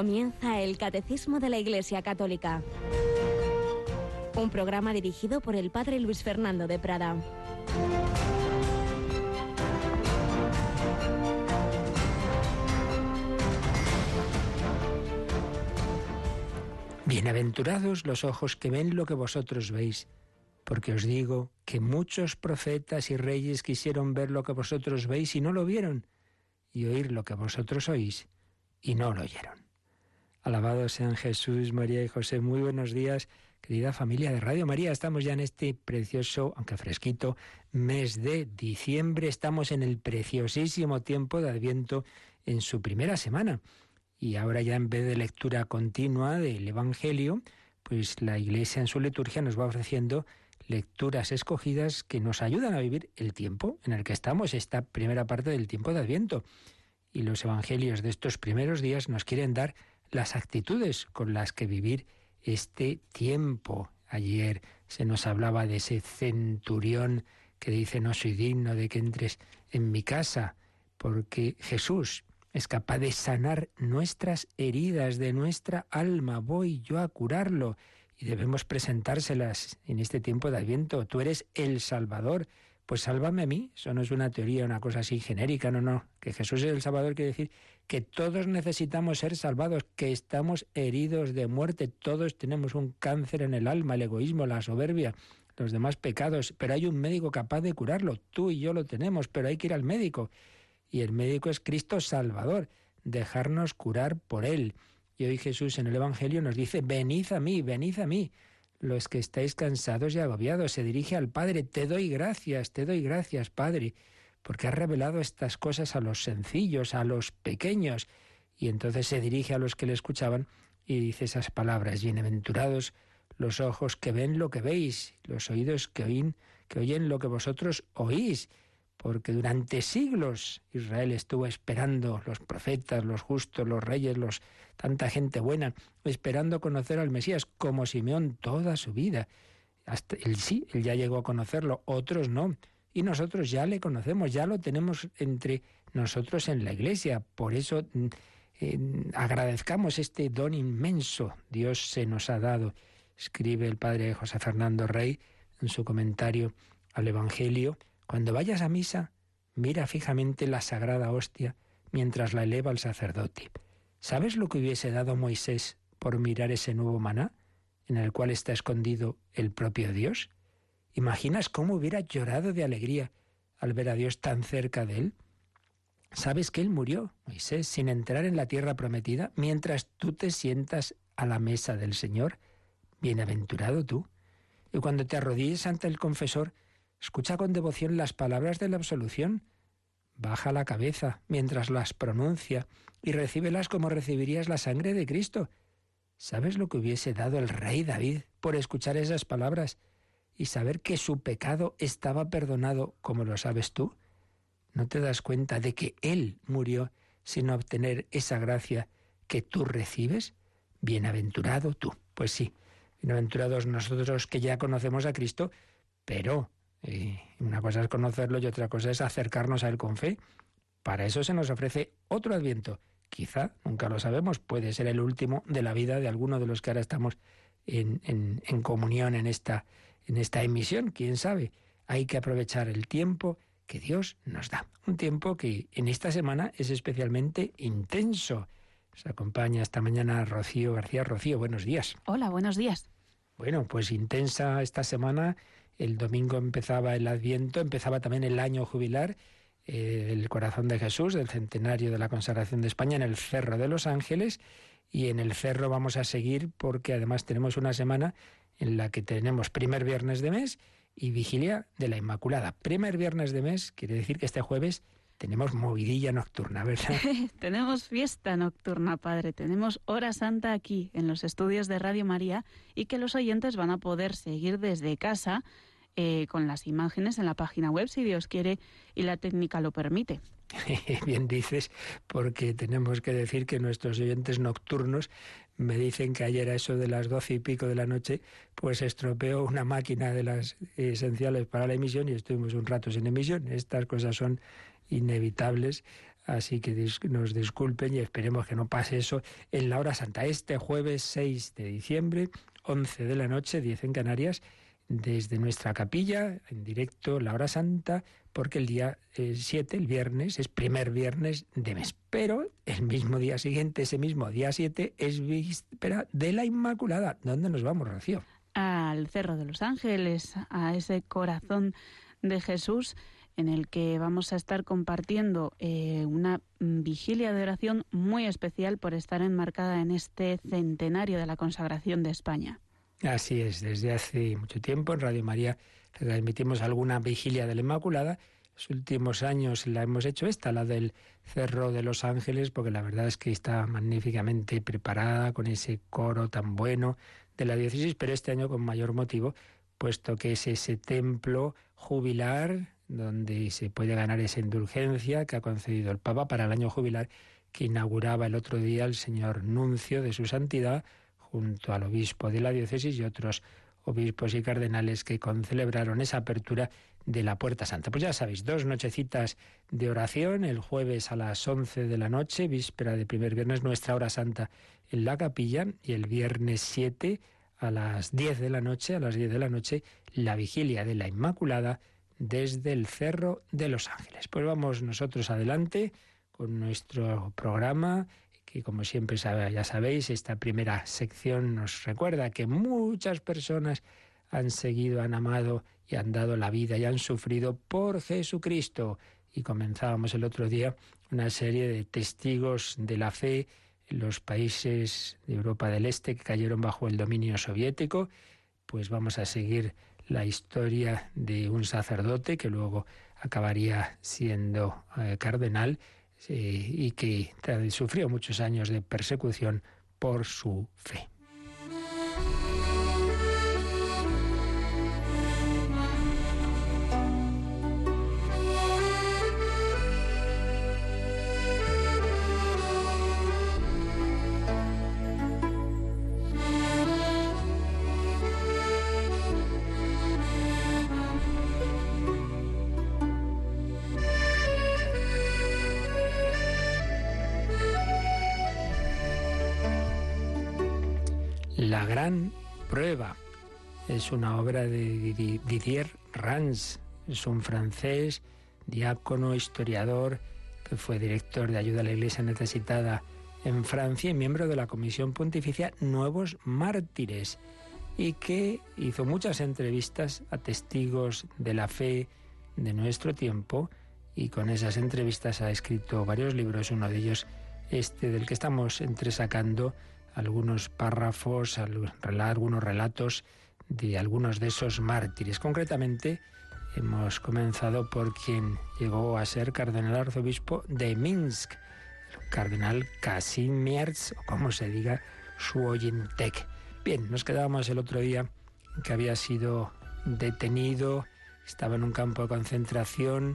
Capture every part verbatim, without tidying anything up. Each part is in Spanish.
Comienza el Catecismo de la Iglesia Católica. Un programa dirigido por el Padre Luis Fernando de Prada. Bienaventurados los ojos que ven lo que vosotros veis, porque os digo que muchos profetas y reyes quisieron ver lo que vosotros veis y no lo vieron, y oír lo que vosotros oís y no lo oyeron. Alabados sean Jesús, María y José. Muy buenos días, querida familia de Radio María. Estamos ya en este precioso, aunque fresquito, mes de diciembre. Estamos en el preciosísimo tiempo de Adviento en su primera semana. Y ahora ya en vez de lectura continua del Evangelio, pues la Iglesia en su liturgia nos va ofreciendo lecturas escogidas que nos ayudan a vivir el tiempo en el que estamos, esta primera parte del tiempo de Adviento. Y los Evangelios de estos primeros días nos quieren dar las actitudes con las que vivir este tiempo. Ayer se nos hablaba de ese centurión que dice: no soy digno de que entres en mi casa, porque Jesús es capaz de sanar nuestras heridas de nuestra alma. Voy yo a curarlo. Y debemos presentárselas en este tiempo de Adviento. Tú eres el Salvador, pues sálvame a mí. Eso no es una teoría, una cosa así genérica, no, no. Que Jesús es el Salvador quiere decir que todos necesitamos ser salvados, que estamos heridos de muerte. Todos tenemos un cáncer en el alma, el egoísmo, la soberbia, los demás pecados. Pero hay un médico capaz de curarlo. Tú y yo lo tenemos, pero hay que ir al médico. Y el médico es Cristo Salvador, dejarnos curar por Él. Y hoy Jesús en el Evangelio nos dice: venid a mí, venid a mí, los que estáis cansados y agobiados. Se dirige al Padre: te doy gracias, te doy gracias, Padre, porque has revelado estas cosas a los sencillos, a los pequeños. Y entonces se dirige a los que le escuchaban y dice esas palabras: bienaventurados los ojos que ven lo que veis, los oídos que oyen, que oyen lo que vosotros oís. Porque durante siglos Israel estuvo esperando, los profetas, los justos, los reyes, los tanta gente buena, esperando conocer al Mesías, como Simeón toda su vida. Hasta él sí, él ya llegó a conocerlo, otros no. Y nosotros ya le conocemos, ya lo tenemos entre nosotros en la Iglesia. Por eso eh, agradezcamos este don inmenso. Dios se nos ha dado. Escribe el padre José Fernando Rey en su comentario al Evangelio: cuando vayas a misa, mira fijamente la sagrada hostia mientras la eleva el sacerdote. ¿Sabes lo que hubiese dado Moisés por mirar ese nuevo maná en el cual está escondido el propio Dios? ¿Imaginas cómo hubiera llorado de alegría al ver a Dios tan cerca de él? ¿Sabes que él murió, Moisés, sin entrar en la tierra prometida, mientras tú te sientas a la mesa del Señor? Bienaventurado tú. Y cuando te arrodilles ante el confesor, escucha con devoción las palabras de la absolución. Baja la cabeza mientras las pronuncia y recíbelas como recibirías la sangre de Cristo. ¿Sabes lo que hubiese dado el rey David por escuchar esas palabras y saber que su pecado estaba perdonado como lo sabes tú? ¿No te das cuenta de que él murió sin obtener esa gracia que tú recibes? Bienaventurado tú. Pues sí, bienaventurados nosotros que ya conocemos a Cristo, pero y una cosa es conocerlo y otra cosa es acercarnos a él con fe. Para eso se nos ofrece otro Adviento. Quizá, nunca lo sabemos, puede ser el último de la vida de alguno de los que ahora estamos en, en, en comunión en esta, en esta emisión. ¿Quién sabe? Hay que aprovechar el tiempo que Dios nos da. Un tiempo que en esta semana es especialmente intenso. Nos acompaña esta mañana Rocío García. Rocío, buenos días. Hola, buenos días. Bueno, pues intensa esta semana. El domingo empezaba el Adviento, empezaba también el año jubilar eh, del Corazón de Jesús, del centenario de la consagración de España, en el Cerro de los Ángeles. Y en el Cerro vamos a seguir porque además tenemos una semana en la que tenemos primer viernes de mes y vigilia de la Inmaculada. Primer viernes de mes quiere decir que este jueves tenemos movidilla nocturna, ¿verdad? Tenemos fiesta nocturna, padre. Tenemos hora santa aquí en los estudios de Radio María y que los oyentes van a poder seguir desde casa eh, con las imágenes en la página web, si Dios quiere y la técnica lo permite. Bien dices, porque tenemos que decir que nuestros oyentes nocturnos me dicen que ayer a eso de las doce y pico de la noche pues estropeó una máquina de las esenciales para la emisión y estuvimos un rato sin emisión. Estas cosas son inevitables. Así que dis- nos disculpen y esperemos que no pase eso en la hora santa. Este jueves seis de diciembre, once de la noche, diez en Canarias, desde nuestra capilla, en directo, la hora santa, porque el día eh, siete, el viernes, es primer viernes de mes. Pero el mismo día siguiente, ese mismo día siete, es víspera de la Inmaculada. ¿Dónde nos vamos, Rocío? Al Cerro de los Ángeles, a ese corazón de Jesús, en el que vamos a estar compartiendo eh, una vigilia de oración muy especial por estar enmarcada en este centenario de la consagración de España. Así es, desde hace mucho tiempo en Radio María transmitimos alguna vigilia de la Inmaculada. Los últimos años la hemos hecho esta, la del Cerro de los Ángeles, porque la verdad es que está magníficamente preparada con ese coro tan bueno de la diócesis, pero este año con mayor motivo, puesto que es ese templo jubilar donde se puede ganar esa indulgencia que ha concedido el Papa para el año jubilar, que inauguraba el otro día el señor nuncio de su santidad, junto al obispo de la diócesis y otros obispos y cardenales que concelebraron esa apertura de la Puerta Santa. Pues ya sabéis, dos nochecitas de oración, el jueves a las once de la noche, víspera de primer viernes, nuestra hora santa en la capilla, y el viernes siete a las diez de la noche, a las diez de la noche, la vigilia de la Inmaculada desde el Cerro de los Ángeles. Pues vamos nosotros adelante con nuestro programa, que como siempre ya sabéis, esta primera sección nos recuerda que muchas personas han seguido, han amado y han dado la vida y han sufrido por Jesucristo. Y comenzábamos el otro día una serie de testigos de la fe en los países de Europa del Este que cayeron bajo el dominio soviético. Pues vamos a seguir la historia de un sacerdote que luego acabaría siendo eh, cardenal, eh, y que sufrió muchos años de persecución por su fe. La gran prueba es una obra de Didier Rans. Es un francés, diácono, historiador, que fue director de ayuda a la Iglesia necesitada en Francia y miembro de la Comisión Pontificia Nuevos Mártires, y que hizo muchas entrevistas a testigos de la fe de nuestro tiempo, y con esas entrevistas ha escrito varios libros, uno de ellos este del que estamos entresacando algunos párrafos, algunos relatos de algunos de esos mártires. Concretamente, hemos comenzado por quien llegó a ser cardenal arzobispo de Minsk, el cardenal Kazimierz, o como se diga, Swoyintek. Bien, nos quedábamos el otro día que había sido detenido, estaba en un campo de concentración,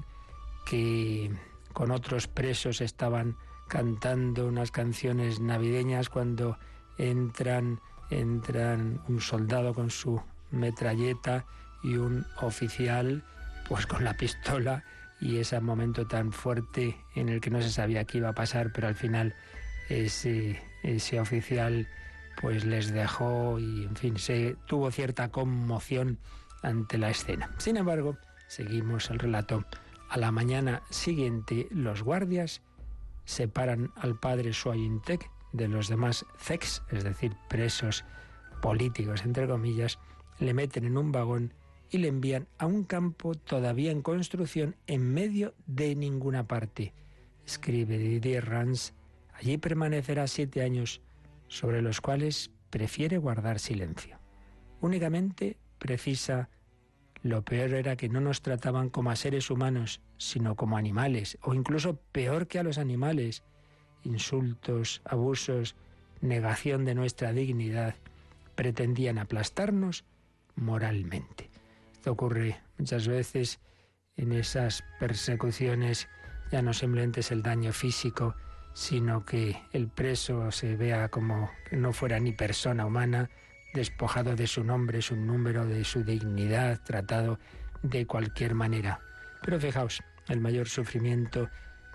que con otros presos estaban cantando unas canciones navideñas cuando entran, entran un soldado con su metralleta y un oficial pues con la pistola, y ese momento tan fuerte en el que no se sabía qué iba a pasar, pero al final ese, ese oficial pues les dejó y en fin, se tuvo cierta conmoción ante la escena. Sin embargo, seguimos el relato. A la mañana siguiente, los guardias separan al padre Swoyintek de los demás zeks, es decir, presos políticos, entre comillas, le meten en un vagón y le envían a un campo todavía en construcción en medio de ninguna parte. Escribe Didier Rans, allí permanecerá siete años, sobre los cuales prefiere guardar silencio. Únicamente precisa: lo peor era que no nos trataban como a seres humanos, sino como animales, o incluso peor que a los animales. Insultos, abusos, negación de nuestra dignidad. Pretendían aplastarnos moralmente. Esto ocurre muchas veces en esas persecuciones. Ya no simplemente es el daño físico, sino que el preso se vea como que no fuera ni persona humana, despojado de su nombre, su número, de su dignidad, tratado de cualquier manera. Pero fijaos, el mayor sufrimiento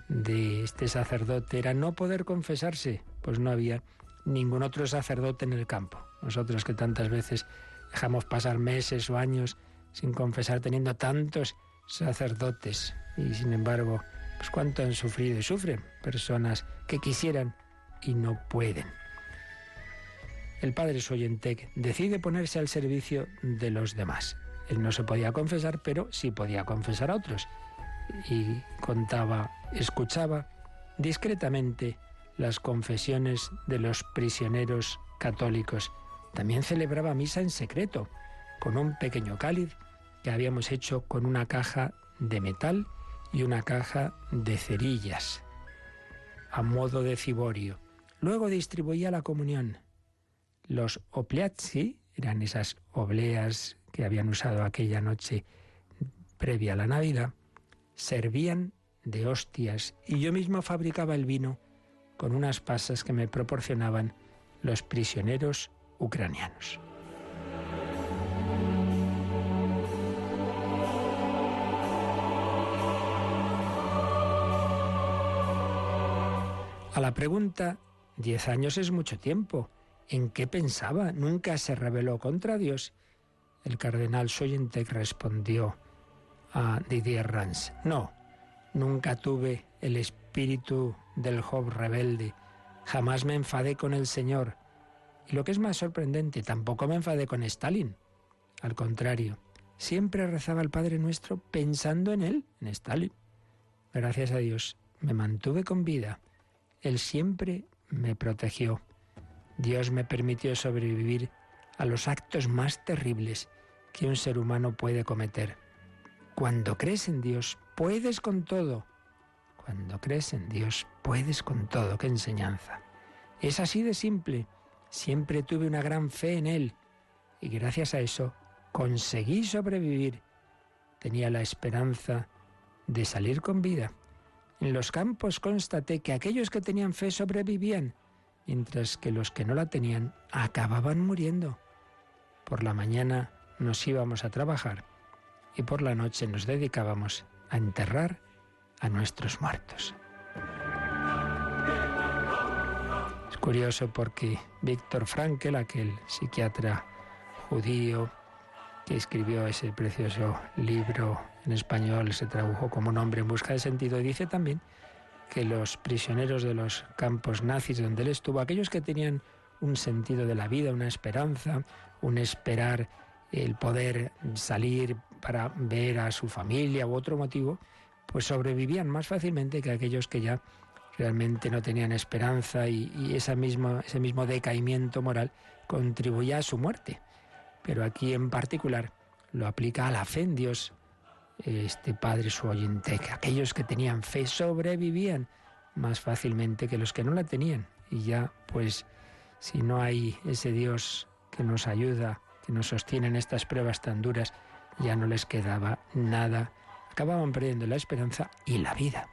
de este sacerdote era no poder confesarse, pues no había ningún otro sacerdote en el campo. Nosotros que tantas veces dejamos pasar meses o años sin confesar, teniendo tantos sacerdotes, y sin embargo, pues cuánto han sufrido y sufren personas que quisieran y no pueden. El padre Soyentec decide ponerse al servicio de los demás. Él no se podía confesar, pero sí podía confesar a otros. Y contaba, escuchaba discretamente las confesiones de los prisioneros católicos. También celebraba misa en secreto, con un pequeño cáliz que habíamos hecho con una caja de metal y una caja de cerillas, a modo de ciborio. Luego distribuía la comunión. Los opliazzi eran esas obleas que habían usado aquella noche previa a la Navidad, servían de hostias y yo mismo fabricaba el vino con unas pasas que me proporcionaban los prisioneros ucranianos. A la pregunta, diez años es mucho tiempo, ¿en qué pensaba? ¿Nunca se rebeló contra Dios? El cardenal Soyentec respondió a Didier Rams: no, nunca tuve el espíritu del Job rebelde, jamás me enfadé con el Señor. Y lo que es más sorprendente, tampoco me enfadé con Stalin. Al contrario, siempre rezaba el Padre Nuestro pensando en él, en Stalin. Gracias a Dios, me mantuve con vida. Él siempre me protegió. Dios me permitió sobrevivir a los actos más terribles que un ser humano puede cometer. Cuando crees en Dios, puedes con todo. Cuando crees en Dios, puedes con todo. ¡Qué enseñanza! Es así de simple. Siempre tuve una gran fe en Él y gracias a eso conseguí sobrevivir. Tenía la esperanza de salir con vida. En los campos constaté que aquellos que tenían fe sobrevivían, mientras que los que no la tenían acababan muriendo. Por la mañana nos íbamos a trabajar y por la noche nos dedicábamos a enterrar a nuestros muertos. Es curioso porque Víctor Frankl, aquel psiquiatra judío que escribió ese precioso libro en español, se tradujo como Un hombre en busca de sentido, y dice también que los prisioneros de los campos nazis donde él estuvo, aquellos que tenían un sentido de la vida, una esperanza, un esperar el poder salir para ver a su familia u otro motivo, pues sobrevivían más fácilmente que aquellos que ya realmente no tenían esperanza y, y esa misma, ese mismo decaimiento moral contribuía a su muerte. Pero aquí en particular lo aplica a la fe en Dios este padre Soyentec. Aquellos que tenían fe sobrevivían más fácilmente que los que no la tenían. Y ya, pues, si no hay ese Dios que nos ayuda, que nos sostiene en estas pruebas tan duras, ya no les quedaba nada. Acababan perdiendo la esperanza y la vida.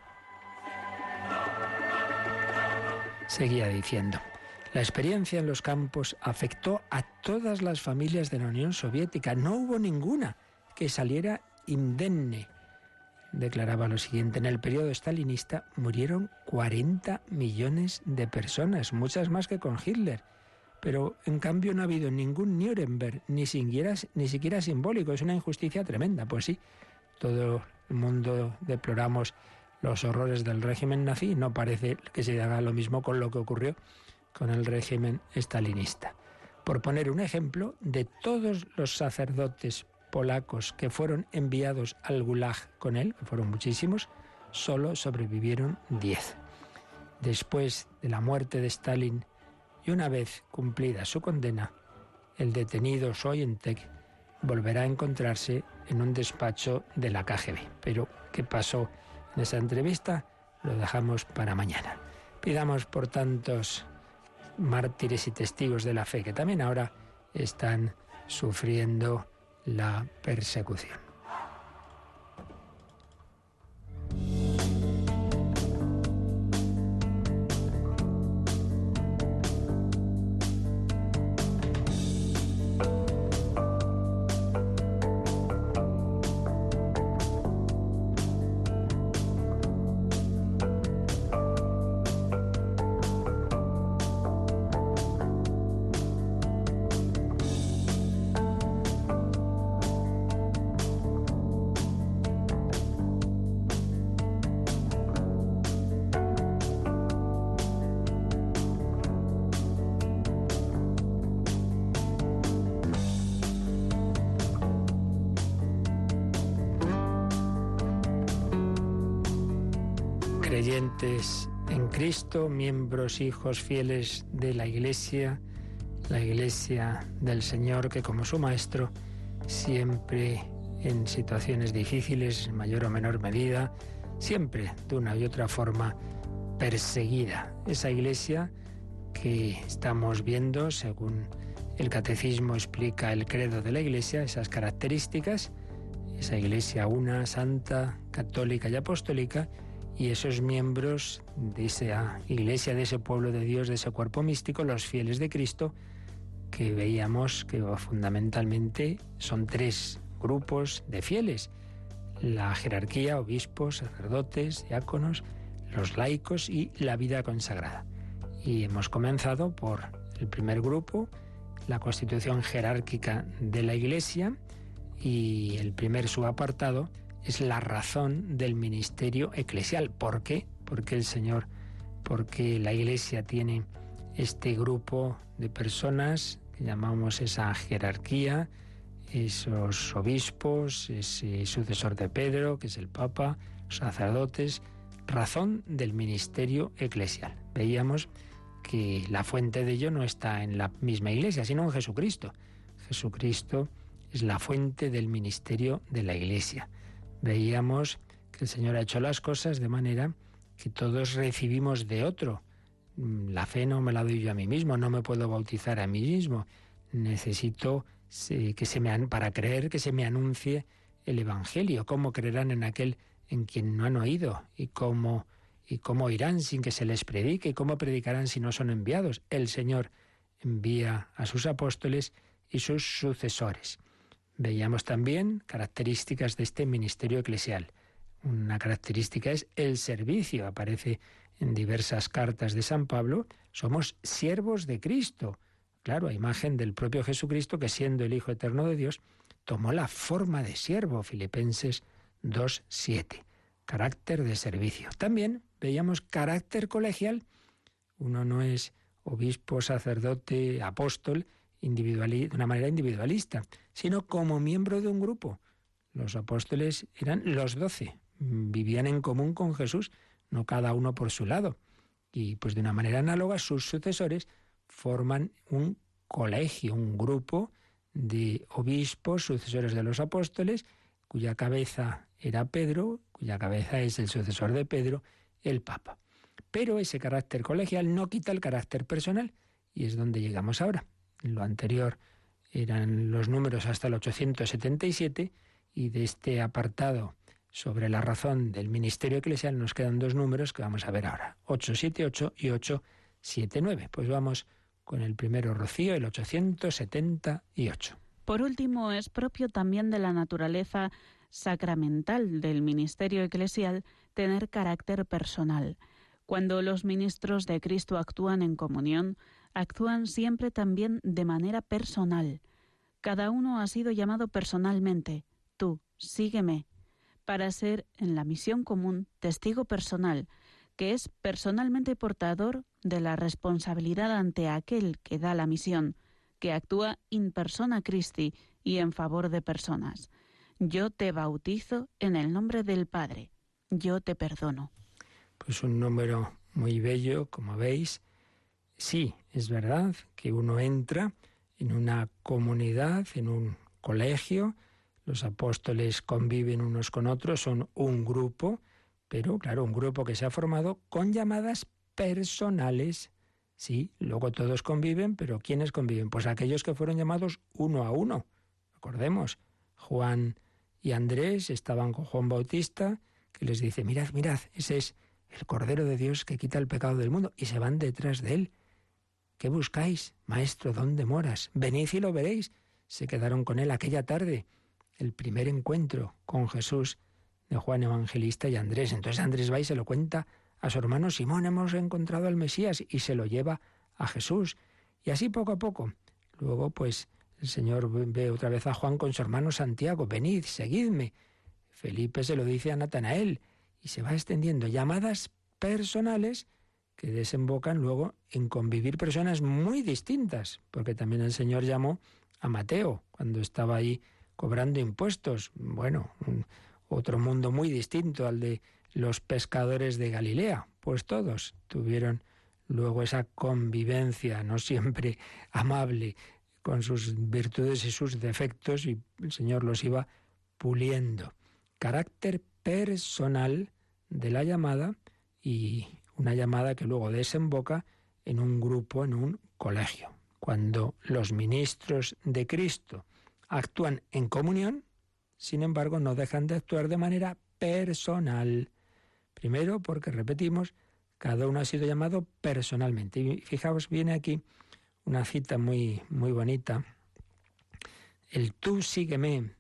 Seguía diciendo: la experiencia en los campos afectó a todas las familias de la Unión Soviética. No hubo ninguna que saliera indemne. Declaraba lo siguiente: en el periodo stalinista murieron cuarenta millones de personas, muchas más que con Hitler. Pero en cambio no ha habido ningún Nuremberg, ni siquiera, ni siquiera simbólico. Es una injusticia tremenda. Pues sí, todo el mundo deploramos los horrores del régimen nazi. No parece que se haga lo mismo con lo que ocurrió con el régimen stalinista. Por poner un ejemplo, de todos los sacerdotes polacos que fueron enviados al Gulag con él, que fueron muchísimos, solo sobrevivieron diez. Después de la muerte de Stalin y una vez cumplida su condena, el detenido Soyentec volverá a encontrarse en un despacho de la K G B. Pero ¿qué pasó en esa entrevista? Lo dejamos para mañana. Pidamos por tantos mártires y testigos de la fe que también ahora están sufriendo la persecución. creyentes en Cristo, miembros, hijos fieles de la Iglesia, la Iglesia del Señor, que como su Maestro, siempre en situaciones difíciles, en mayor o menor medida, siempre de una y otra forma perseguida. Esa Iglesia que estamos viendo, según el Catecismo explica el credo de la Iglesia, esas características, esa Iglesia una, santa, católica y apostólica, y esos miembros de esa Iglesia, de ese pueblo de Dios, de ese cuerpo místico, los fieles de Cristo, que veíamos que fundamentalmente son tres grupos de fieles: la jerarquía, obispos, sacerdotes, diáconos, los laicos y la vida consagrada. Y hemos comenzado por el primer grupo, la constitución jerárquica de la Iglesia, y el primer subapartado es la razón del ministerio eclesial. ¿Por qué? Porque el Señor, porque la Iglesia tiene este grupo de personas que llamamos esa jerarquía, esos obispos, ese sucesor de Pedro, que es el Papa, sacerdotes, razón del ministerio eclesial. Veíamos que la fuente de ello no está en la misma Iglesia, sino en Jesucristo. Jesucristo es la fuente del ministerio de la Iglesia. Veíamos que el Señor ha hecho las cosas de manera que todos recibimos de otro. La fe no me la doy yo a mí mismo, no me puedo bautizar a mí mismo. Necesito que se me, para creer, que se me anuncie el Evangelio. ¿Cómo creerán en aquel en quien no han oído? ¿Y cómo, y cómo irán sin que se les predique? ¿Y cómo predicarán si no son enviados? El Señor envía a sus apóstoles y sus sucesores. Veíamos también características de este ministerio eclesial. Una característica es el servicio. Aparece en diversas cartas de San Pablo. Somos siervos de Cristo. Claro, a imagen del propio Jesucristo, que siendo el Hijo eterno de Dios, tomó la forma de siervo. Filipenses dos siete. Carácter de servicio. También veíamos carácter colegial. Uno no es obispo, sacerdote, apóstol, individuali- de una manera individualista, sino como miembro de un grupo. Los apóstoles eran los doce, vivían en común con Jesús, no cada uno por su lado. Y pues de una manera análoga sus sucesores forman un colegio, un grupo de obispos, sucesores de los apóstoles, cuya cabeza era Pedro, cuya cabeza es el sucesor de Pedro, el Papa. Pero ese carácter colegial no quita el carácter personal, y es donde llegamos ahora. Lo anterior eran los números hasta el ochocientos setenta y siete, y de este apartado sobre la razón del ministerio eclesial nos quedan dos números que vamos a ver ahora, ochocientos setenta y ocho y ochocientos setenta y nueve. Pues vamos con el primero, Rocío, el ochocientos setenta y ocho. Por último, es propio también de la naturaleza sacramental del ministerio eclesial tener carácter personal. Cuando los ministros de Cristo actúan en comunión, actúan siempre también de manera personal. Cada uno ha sido llamado personalmente. Tú, sígueme, para ser en la misión común testigo personal, que es personalmente portador de la responsabilidad ante aquel que da la misión, que actúa in persona Christi y en favor de personas. Yo te bautizo en el nombre del Padre. Yo te perdono. Pues un número muy bello, como veis. Sí, es verdad que uno entra en una comunidad, en un colegio. Los apóstoles conviven unos con otros, son un grupo, pero claro, un grupo que se ha formado con llamadas personales. Sí, luego todos conviven, pero ¿quiénes conviven? Pues aquellos que fueron llamados uno a uno. Recordemos, Juan y Andrés estaban con Juan Bautista, que les dice, mirad, mirad, ese es el Cordero de Dios que quita el pecado del mundo, y se van detrás de él. ¿Qué buscáis? Maestro, ¿dónde moras? Venid y lo veréis. Se quedaron con él aquella tarde, el primer encuentro con Jesús de Juan Evangelista y Andrés. Entonces Andrés va y se lo cuenta a su hermano Simón, hemos encontrado al Mesías, y se lo lleva a Jesús. Y así poco a poco. Luego, pues, el Señor ve otra vez a Juan con su hermano Santiago, venid, seguidme. Felipe se lo dice a Natanael, y se va extendiendo llamadas personales que desembocan luego en convivir personas muy distintas, porque también el Señor llamó a Mateo cuando estaba ahí cobrando impuestos. Bueno, un, otro mundo muy distinto al de los pescadores de Galilea? Pues todos tuvieron luego esa convivencia, no siempre amable, con sus virtudes y sus defectos, y el Señor los iba puliendo. Carácter personal de la llamada, y una llamada que luego desemboca en un grupo, en un colegio. Cuando los ministros de Cristo actúan en comunión, sin embargo, no dejan de actuar de manera personal. Primero, porque, repetimos, cada uno ha sido llamado personalmente. Y fijaos, viene aquí una cita muy, muy bonita. El tú sígueme,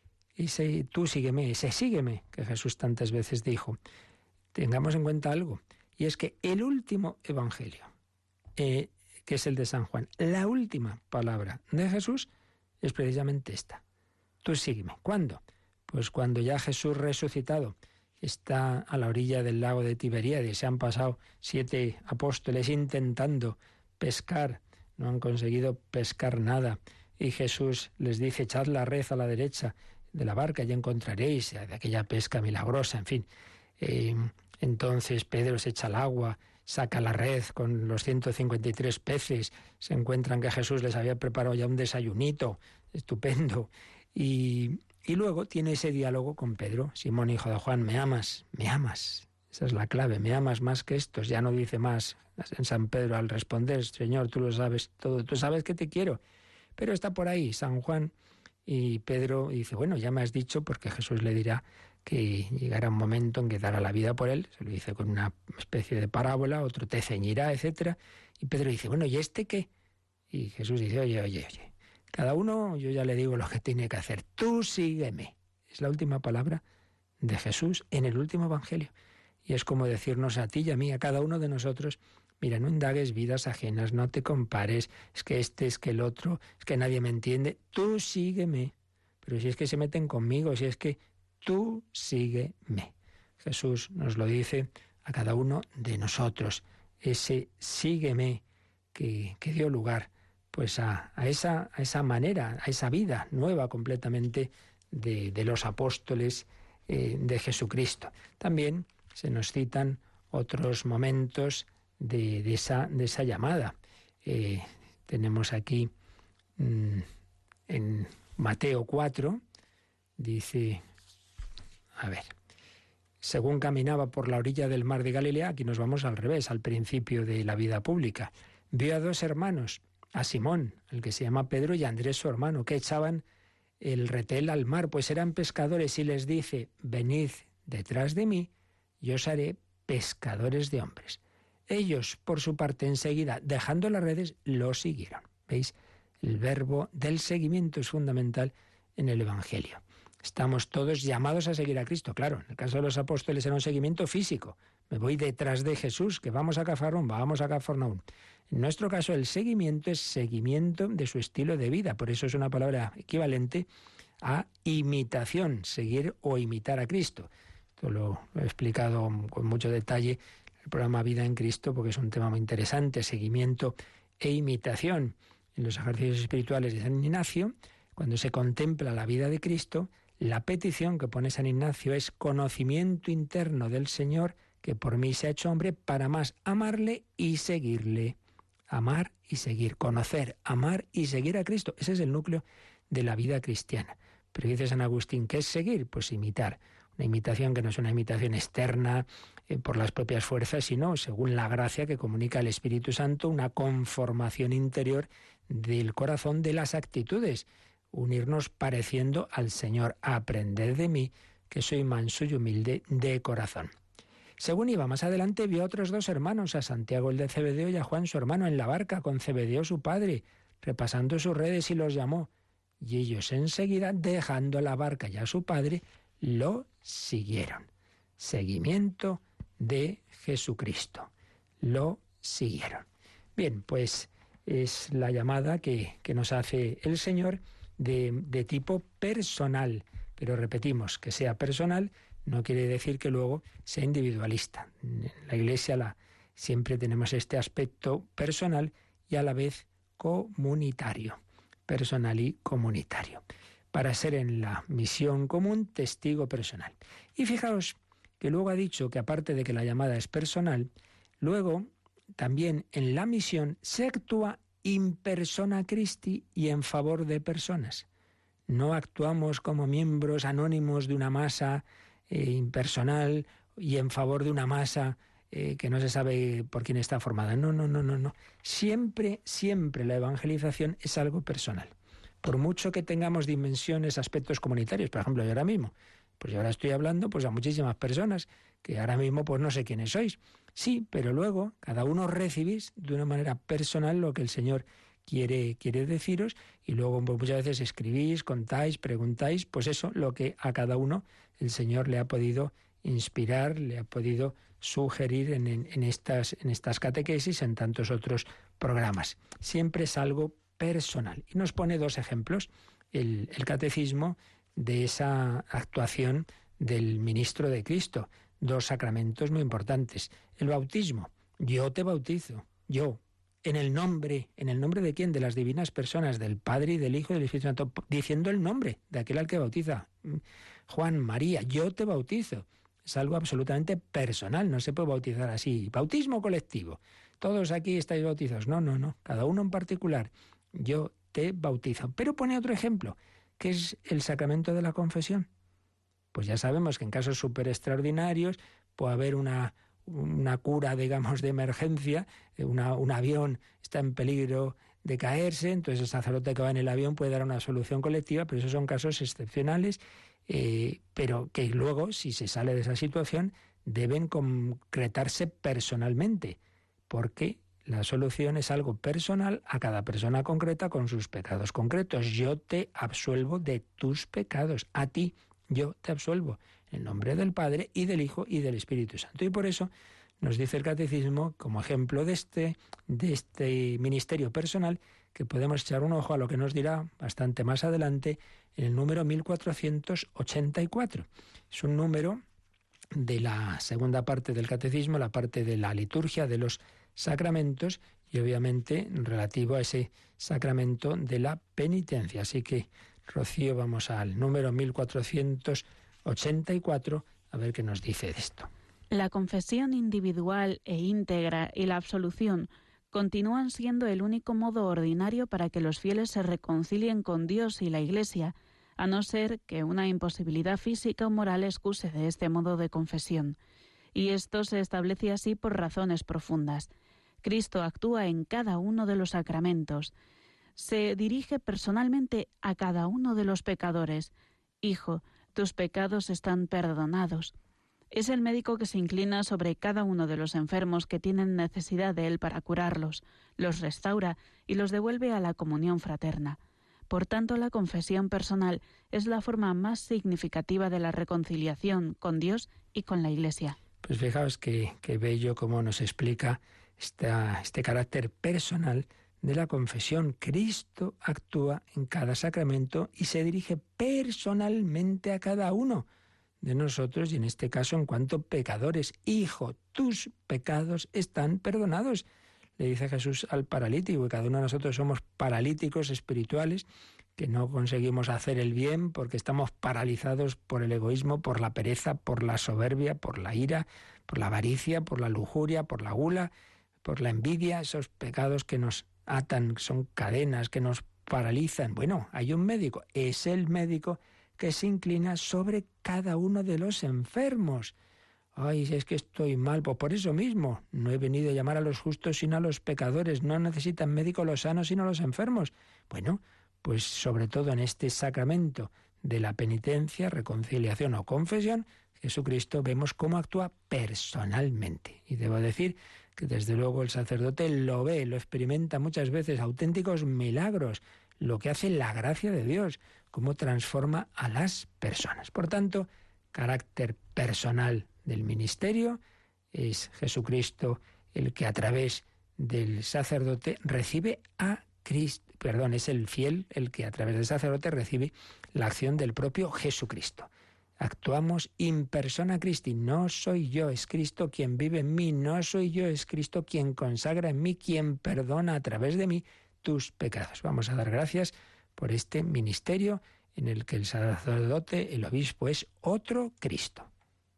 ese tú sígueme, ese sígueme, que Jesús tantas veces dijo. Tengamos en cuenta algo, y es que el último evangelio, eh, que es el de San Juan, la última palabra de Jesús es precisamente esta. Tú sígueme. ¿Cuándo? Pues cuando ya Jesús resucitado está a la orilla del lago de Tiberíades, se han pasado siete apóstoles intentando pescar, no han conseguido pescar nada, y Jesús les dice, echad la red a la derecha de la barca y encontraréis de aquella pesca milagrosa, en fin. Eh, entonces Pedro se echa al agua, saca la red con los ciento cincuenta y tres peces, se encuentran que Jesús les había preparado ya un desayunito estupendo, y, y luego tiene ese diálogo con Pedro. Simón, hijo de Juan, ¿me amas? ¿Me amas? Esa es la clave, ¿me amas más que estos? Ya no dice más en San Pedro al responder, Señor, tú lo sabes todo, tú sabes que te quiero. Pero está por ahí San Juan, y Pedro dice, bueno, ya me has dicho, porque Jesús le dirá que llegará un momento en que dará la vida por él, se lo dice con una especie de parábola, otro te ceñirá, etcétera. Y Pedro dice, bueno, ¿y este qué? Y Jesús dice, oye, oye, oye, cada uno, yo ya le digo lo que tiene que hacer, tú sígueme. Es la última palabra de Jesús en el último evangelio. Y es como decirnos a ti y a mí, a cada uno de nosotros, mira, no indagues vidas ajenas, no te compares, es que este, es que el otro, es que nadie me entiende, tú sígueme. Pero si es que se meten conmigo, si es que tú sígueme. Jesús nos lo dice a cada uno de nosotros, ese sígueme que, que dio lugar pues a, a, esa, a esa manera, a esa vida nueva completamente de, de los apóstoles eh, de Jesucristo. También se nos citan otros momentos de, de, esa, de esa llamada. Eh, tenemos aquí mmm, en Mateo cuatro, dice, a ver, según caminaba por la orilla del mar de Galilea, aquí nos vamos al revés, al principio de la vida pública, vio a dos hermanos, a Simón, el que se llama Pedro, y a Andrés su hermano, que echaban el retel al mar, pues eran pescadores, y les dice, venid detrás de mí, y os haré pescadores de hombres. Ellos, por su parte, enseguida, dejando las redes, lo siguieron. ¿Veis? El verbo del seguimiento es fundamental en el Evangelio. Estamos todos llamados a seguir a Cristo. Claro, en el caso de los apóstoles era un seguimiento físico. Me voy detrás de Jesús, que vamos a Cafarnaúm, vamos a Cafarnaúm. En nuestro caso, el seguimiento es seguimiento de su estilo de vida. Por eso es una palabra equivalente a imitación, seguir o imitar a Cristo. Esto lo he explicado con mucho detalle en el programa Vida en Cristo, porque es un tema muy interesante, seguimiento e imitación. En los ejercicios espirituales de San Ignacio, cuando se contempla la vida de Cristo, la petición que pone San Ignacio es conocimiento interno del Señor, que por mí se ha hecho hombre, para más amarle y seguirle. Amar y seguir, conocer, amar y seguir a Cristo. Ese es el núcleo de la vida cristiana. Pero dice San Agustín, ¿qué es seguir? Pues imitar. Una imitación que no es una imitación externa eh, por las propias fuerzas, sino, según la gracia que comunica el Espíritu Santo, una conformación interior del corazón, de las actitudes. Unirnos pareciendo al Señor. Aprended de mí, que soy manso y humilde de corazón. Según iba más adelante, vio a otros dos hermanos, a Santiago el de Zebedeo y a Juan su hermano, en la barca con Zebedeo su padre, repasando sus redes, y los llamó. Y ellos enseguida, dejando la barca y a su padre, lo siguieron. Seguimiento de Jesucristo. Lo siguieron. Bien, pues es la llamada que, que nos hace el Señor de, de tipo personal. Pero repetimos, que sea personal no quiere decir que luego sea individualista. En la Iglesia la, siempre tenemos este aspecto personal y a la vez comunitario. Personal y comunitario. Para ser en la misión común testigo personal. Y fijaos que luego ha dicho que aparte de que la llamada es personal, luego también en la misión se actúa in persona Christi y en favor de personas. No actuamos como miembros anónimos de una masa eh, impersonal y en favor de una masa eh, que no se sabe por quién está formada. No, no, no, no, no. Siempre, siempre la evangelización es algo personal. Por mucho que tengamos dimensiones, aspectos comunitarios, por ejemplo, yo ahora mismo, pues yo ahora estoy hablando pues a muchísimas personas que ahora mismo pues no sé quiénes sois. Sí, pero luego cada uno recibís de una manera personal lo que el Señor quiere, quiere deciros y luego pues, muchas veces escribís, contáis, preguntáis, pues eso, lo que a cada uno el Señor le ha podido inspirar, le ha podido sugerir en, en, en, estas, en estas catequesis, en tantos otros programas. Siempre es algo personal. Y nos pone dos ejemplos, el, el catecismo de esa actuación del ministro de Cristo. Dos sacramentos muy importantes. El bautismo. Yo te bautizo. Yo. En el nombre. ¿En el nombre de quién? De las divinas personas, del Padre y del Hijo y del Espíritu Santo. Diciendo el nombre de aquel al que bautiza. Juan, María, yo te bautizo. Es algo absolutamente personal. No se puede bautizar así. Bautismo colectivo. Todos aquí estáis bautizados. No, no, no. Cada uno en particular. Yo te bautizo. Pero pone otro ejemplo, que es el sacramento de la confesión. Pues ya sabemos que en casos súper extraordinarios puede haber una, una cura, digamos, de emergencia, una, un avión está en peligro de caerse, entonces el sacerdote que va en el avión puede dar una solución colectiva, pero esos son casos excepcionales, eh, pero que luego, si se sale de esa situación, deben concretarse personalmente, porque la solución es algo personal a cada persona concreta con sus pecados concretos. Yo te absuelvo de tus pecados, a ti yo te absuelvo, en nombre del Padre y del Hijo y del Espíritu Santo. Y por eso nos dice el Catecismo, como ejemplo de este, de este ministerio personal, que podemos echar un ojo a lo que nos dirá bastante más adelante en el número mil cuatrocientos ochenta y cuatro. Es un número de la segunda parte del Catecismo, la parte de la liturgia de los sacramentos y obviamente relativo a ese sacramento de la penitencia. Así que, Rocío, vamos al número mil cuatrocientos ochenta y cuatro a ver qué nos dice de esto. La confesión individual e íntegra y la absolución continúan siendo el único modo ordinario para que los fieles se reconcilien con Dios y la Iglesia, a no ser que una imposibilidad física o moral excuse de este modo de confesión. Y esto se establece así por razones profundas. Cristo actúa en cada uno de los sacramentos. Se dirige personalmente a cada uno de los pecadores. Hijo, tus pecados están perdonados. Es el médico que se inclina sobre cada uno de los enfermos que tienen necesidad de él para curarlos, los restaura y los devuelve a la comunión fraterna. Por tanto, la confesión personal es la forma más significativa de la reconciliación con Dios y con la Iglesia. Pues fijaos que, que bello cómo nos explica esta, este carácter personal de la confesión. Cristo actúa en cada sacramento y se dirige personalmente a cada uno de nosotros, y en este caso en cuanto pecadores. Hijo, tus pecados están perdonados, le dice Jesús al paralítico, y cada uno de nosotros somos paralíticos espirituales que no conseguimos hacer el bien porque estamos paralizados por el egoísmo, por la pereza, por la soberbia, por la ira, por la avaricia, por la lujuria, por la gula, por la envidia, esos pecados que nos atan, son cadenas que nos paralizan. Bueno, hay un médico, es el médico que se inclina sobre cada uno de los enfermos. Ay, es que estoy mal, pues por eso mismo no he venido a llamar a los justos sino a los pecadores. No necesitan médico los sanos sino los enfermos. Bueno, pues sobre todo en este sacramento de la penitencia, reconciliación o confesión, Jesucristo vemos cómo actúa personalmente. Y debo decir que desde luego el sacerdote lo ve, lo experimenta muchas veces, auténticos milagros, lo que hace la gracia de Dios, cómo transforma a las personas. Por tanto, carácter personal del ministerio, es Jesucristo el que a través del sacerdote recibe a Cristo, perdón, es el fiel el que a través del sacerdote recibe la acción del propio Jesucristo. Actuamos in persona Christi, no soy yo, es Cristo quien vive en mí, no soy yo, es Cristo quien consagra en mí, quien perdona a través de mí tus pecados. Vamos a dar gracias por este ministerio en el que el sacerdote, el obispo, es otro Cristo.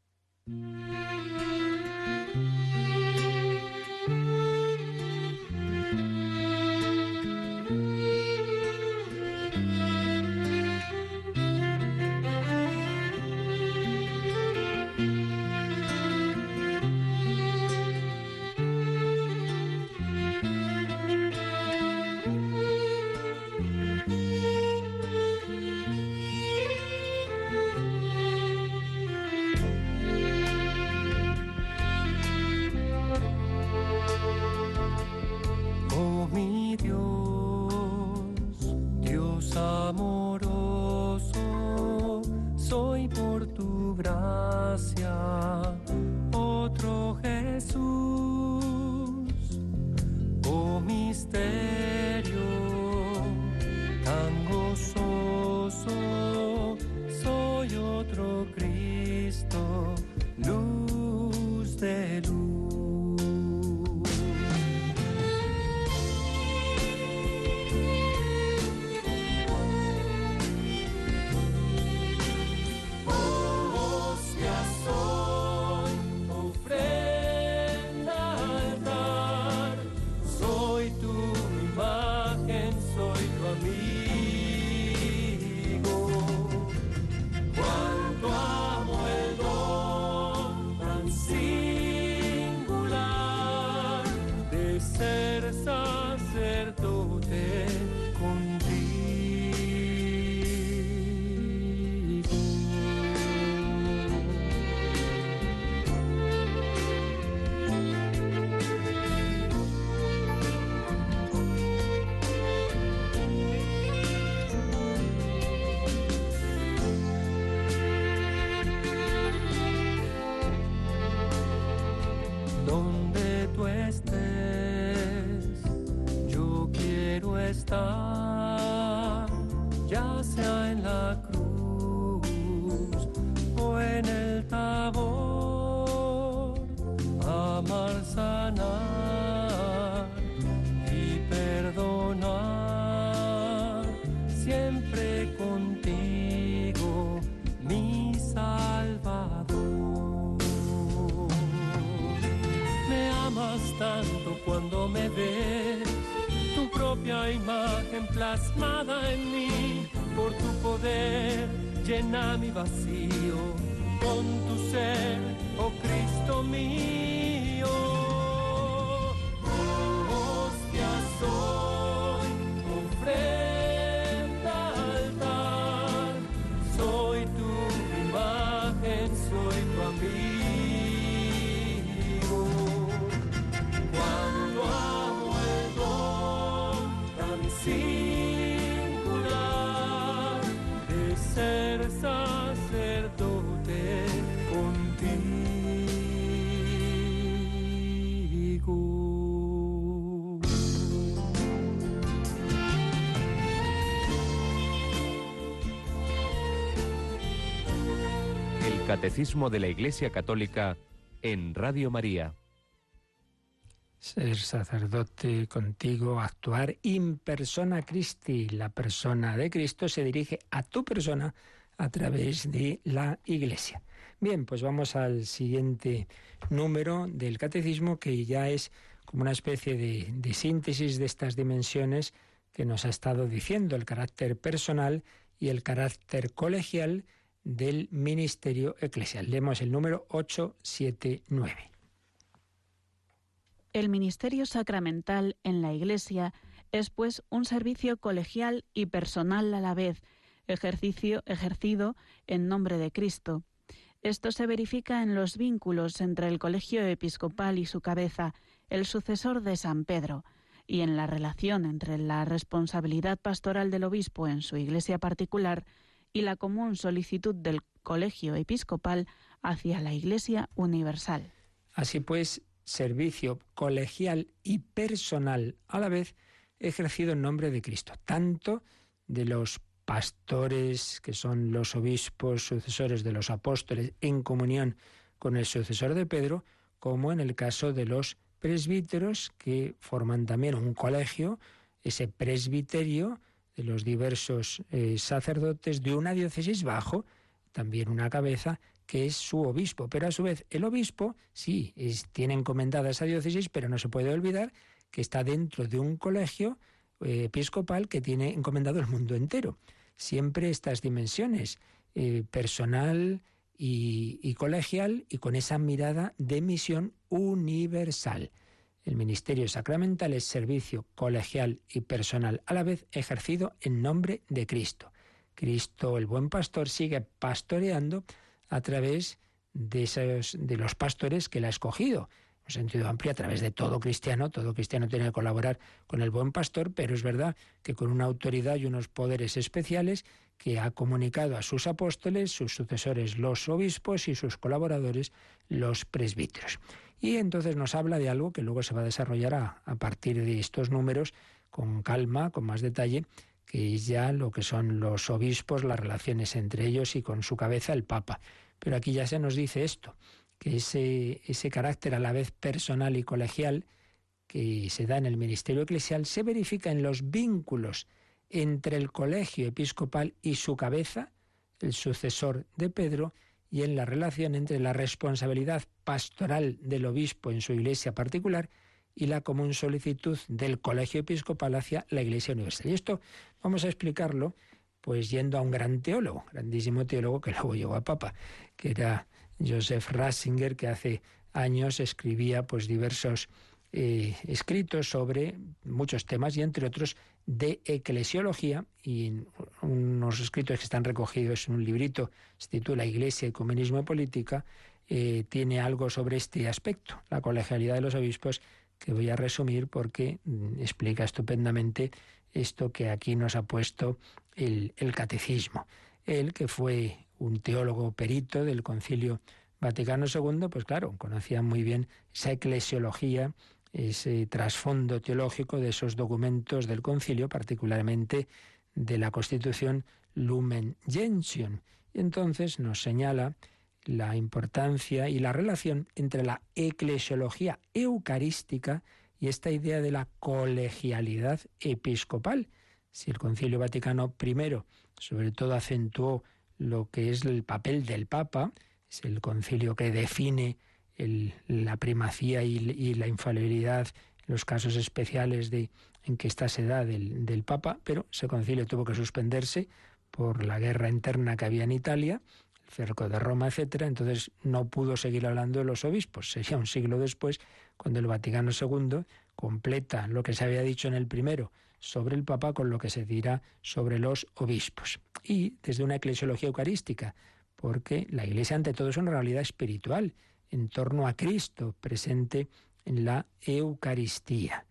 Plasmada en mí por tu poder, llena mi vacío con tu ser, oh Cristo mío. Oh, hostia soy, ofrenda al altar, soy tu imagen, soy tu amigo. Cuando amo el don tan simple ser sacerdote contigo. El Catecismo de la Iglesia Católica en Radio María. Ser sacerdote contigo, actuar in persona Christi. La persona de Cristo se dirige a tu persona a través de la Iglesia. Bien, pues vamos al siguiente número del Catecismo, que ya es como una especie de, de síntesis de estas dimensiones que nos ha estado diciendo, el carácter personal y el carácter colegial del ministerio eclesial. Leemos el número ochocientos setenta y nueve. El ministerio sacramental en la Iglesia es, pues, un servicio colegial y personal a la vez, ejercicio ejercido en nombre de Cristo. Esto se verifica en los vínculos entre el colegio episcopal y su cabeza, el sucesor de San Pedro, y en la relación entre la responsabilidad pastoral del obispo en su iglesia particular y la común solicitud del colegio episcopal hacia la Iglesia universal. Así pues, servicio colegial y personal a la vez ejercido en nombre de Cristo, tanto de los pastores, que son los obispos sucesores de los apóstoles en comunión con el sucesor de Pedro, como en el caso de los presbíteros, que forman también un colegio, ese presbiterio de los diversos eh, sacerdotes de una diócesis bajo también una cabeza que es su obispo. Pero a su vez el obispo, sí, es, tiene encomendada esa diócesis, pero no se puede olvidar que está dentro de un colegio eh, episcopal que tiene encomendado el mundo entero. Siempre estas dimensiones, eh, personal y, y colegial, y con esa mirada de misión universal. El ministerio sacramental es servicio colegial y personal, a la vez ejercido en nombre de Cristo. Cristo, el buen pastor, sigue pastoreando a través de, esos, de los pastores que él ha escogido. En sentido amplio, a través de todo cristiano. Todo cristiano tiene que colaborar con el buen pastor, pero es verdad que con una autoridad y unos poderes especiales que ha comunicado a sus apóstoles, sus sucesores, los obispos, y sus colaboradores, los presbíteros. Y entonces nos habla de algo que luego se va a desarrollar a, a partir de estos números con calma, con más detalle, que es ya lo que son los obispos, las relaciones entre ellos y con su cabeza el Papa. Pero aquí ya se nos dice esto, que ese, ese carácter a la vez personal y colegial que se da en el ministerio eclesial se verifica en los vínculos entre el colegio episcopal y su cabeza, el sucesor de Pedro, y en la relación entre la responsabilidad pastoral del obispo en su iglesia particular y la común solicitud del colegio episcopal hacia la Iglesia universal. Y esto vamos a explicarlo pues yendo a un gran teólogo, grandísimo teólogo que luego llegó a Papa, que era Joseph Ratzinger, que hace años escribía pues diversos eh, escritos sobre muchos temas, y entre otros de eclesiología, y unos escritos que están recogidos en un librito, se titula Iglesia, Ecumenismo y Política, eh, tiene algo sobre este aspecto, la colegialidad de los obispos, que voy a resumir porque mm, explica estupendamente esto que aquí nos ha puesto el, el catecismo. Él, que fue un teólogo perito del Concilio Vaticano segundo, pues claro, conocía muy bien esa eclesiología, ese trasfondo teológico de esos documentos del concilio, particularmente de la Constitución Lumen Gentium. Y entonces nos señala la importancia y la relación entre la eclesiología eucarística y esta idea de la colegialidad episcopal. Si el Concilio Vaticano primero, sobre todo, acentuó lo que es el papel del Papa, es el concilio que define el, la primacía y, y la infalibilidad en los casos especiales de en que ésta se da del, del Papa, pero ese concilio tuvo que suspenderse por la guerra interna que había en Italia, el cerco de Roma, etcétera. Entonces no pudo seguir hablando de los obispos. Sería un siglo después cuando el Vaticano segundo completa lo que se había dicho en el primero sobre el Papa con lo que se dirá sobre los obispos. Y desde una eclesiología eucarística, porque la Iglesia ante todo es una realidad espiritual, en torno a Cristo, presente en la Eucaristía.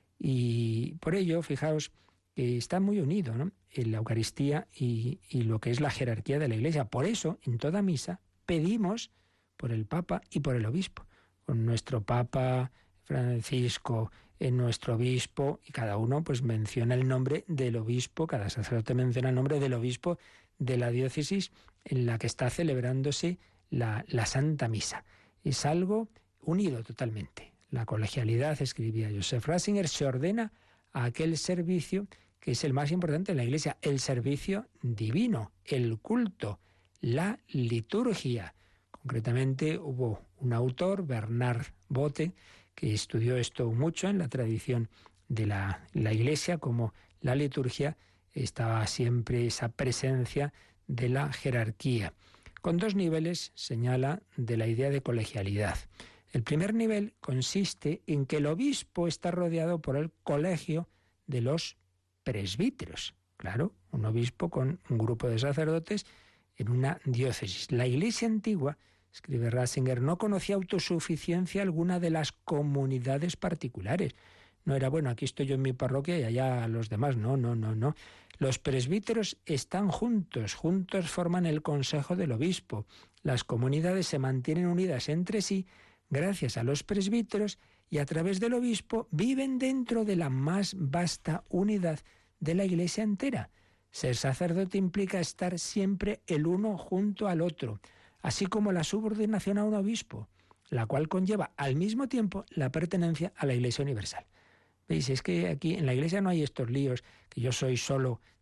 Y por ello, fijaos, que está muy unido, ¿no?, en la Eucaristía y, y lo que es la jerarquía de la Iglesia. Por eso, en toda misa, pedimos por el Papa y por el Obispo. Con nuestro Papa Francisco, en nuestro Obispo, y cada uno pues menciona el nombre del Obispo, cada sacerdote menciona el nombre del Obispo de la diócesis en la que está celebrándose la, la Santa Misa. Es algo unido totalmente. La colegialidad, escribía Joseph Ratzinger, se ordena a aquel servicio que es el más importante en la Iglesia, el servicio divino, el culto, la liturgia. Concretamente hubo un autor, Bernard Bote, que estudió esto mucho en la tradición de la, la Iglesia, como la liturgia estaba siempre esa presencia de la jerarquía. Con dos niveles, señala, de la idea de colegialidad. El primer nivel consiste en que el obispo está rodeado por el colegio de los presbíteros. Claro, un obispo con un grupo de sacerdotes en una diócesis. La Iglesia antigua, escribe Ratzinger, no conocía autosuficiencia alguna de las comunidades particulares. No era, bueno, aquí estoy yo en mi parroquia y allá los demás. No, no, no, no. Los presbíteros están juntos, juntos forman el consejo del obispo. Las comunidades se mantienen unidas entre sí gracias a los presbíteros y a través del obispo viven dentro de la más vasta unidad de la Iglesia entera. Ser sacerdote implica estar siempre el uno junto al otro, así como la subordinación a un obispo, la cual conlleva al mismo tiempo la pertenencia a la Iglesia universal. ¿Veis? Es que aquí en la Iglesia no hay estos líos, que yo soy solo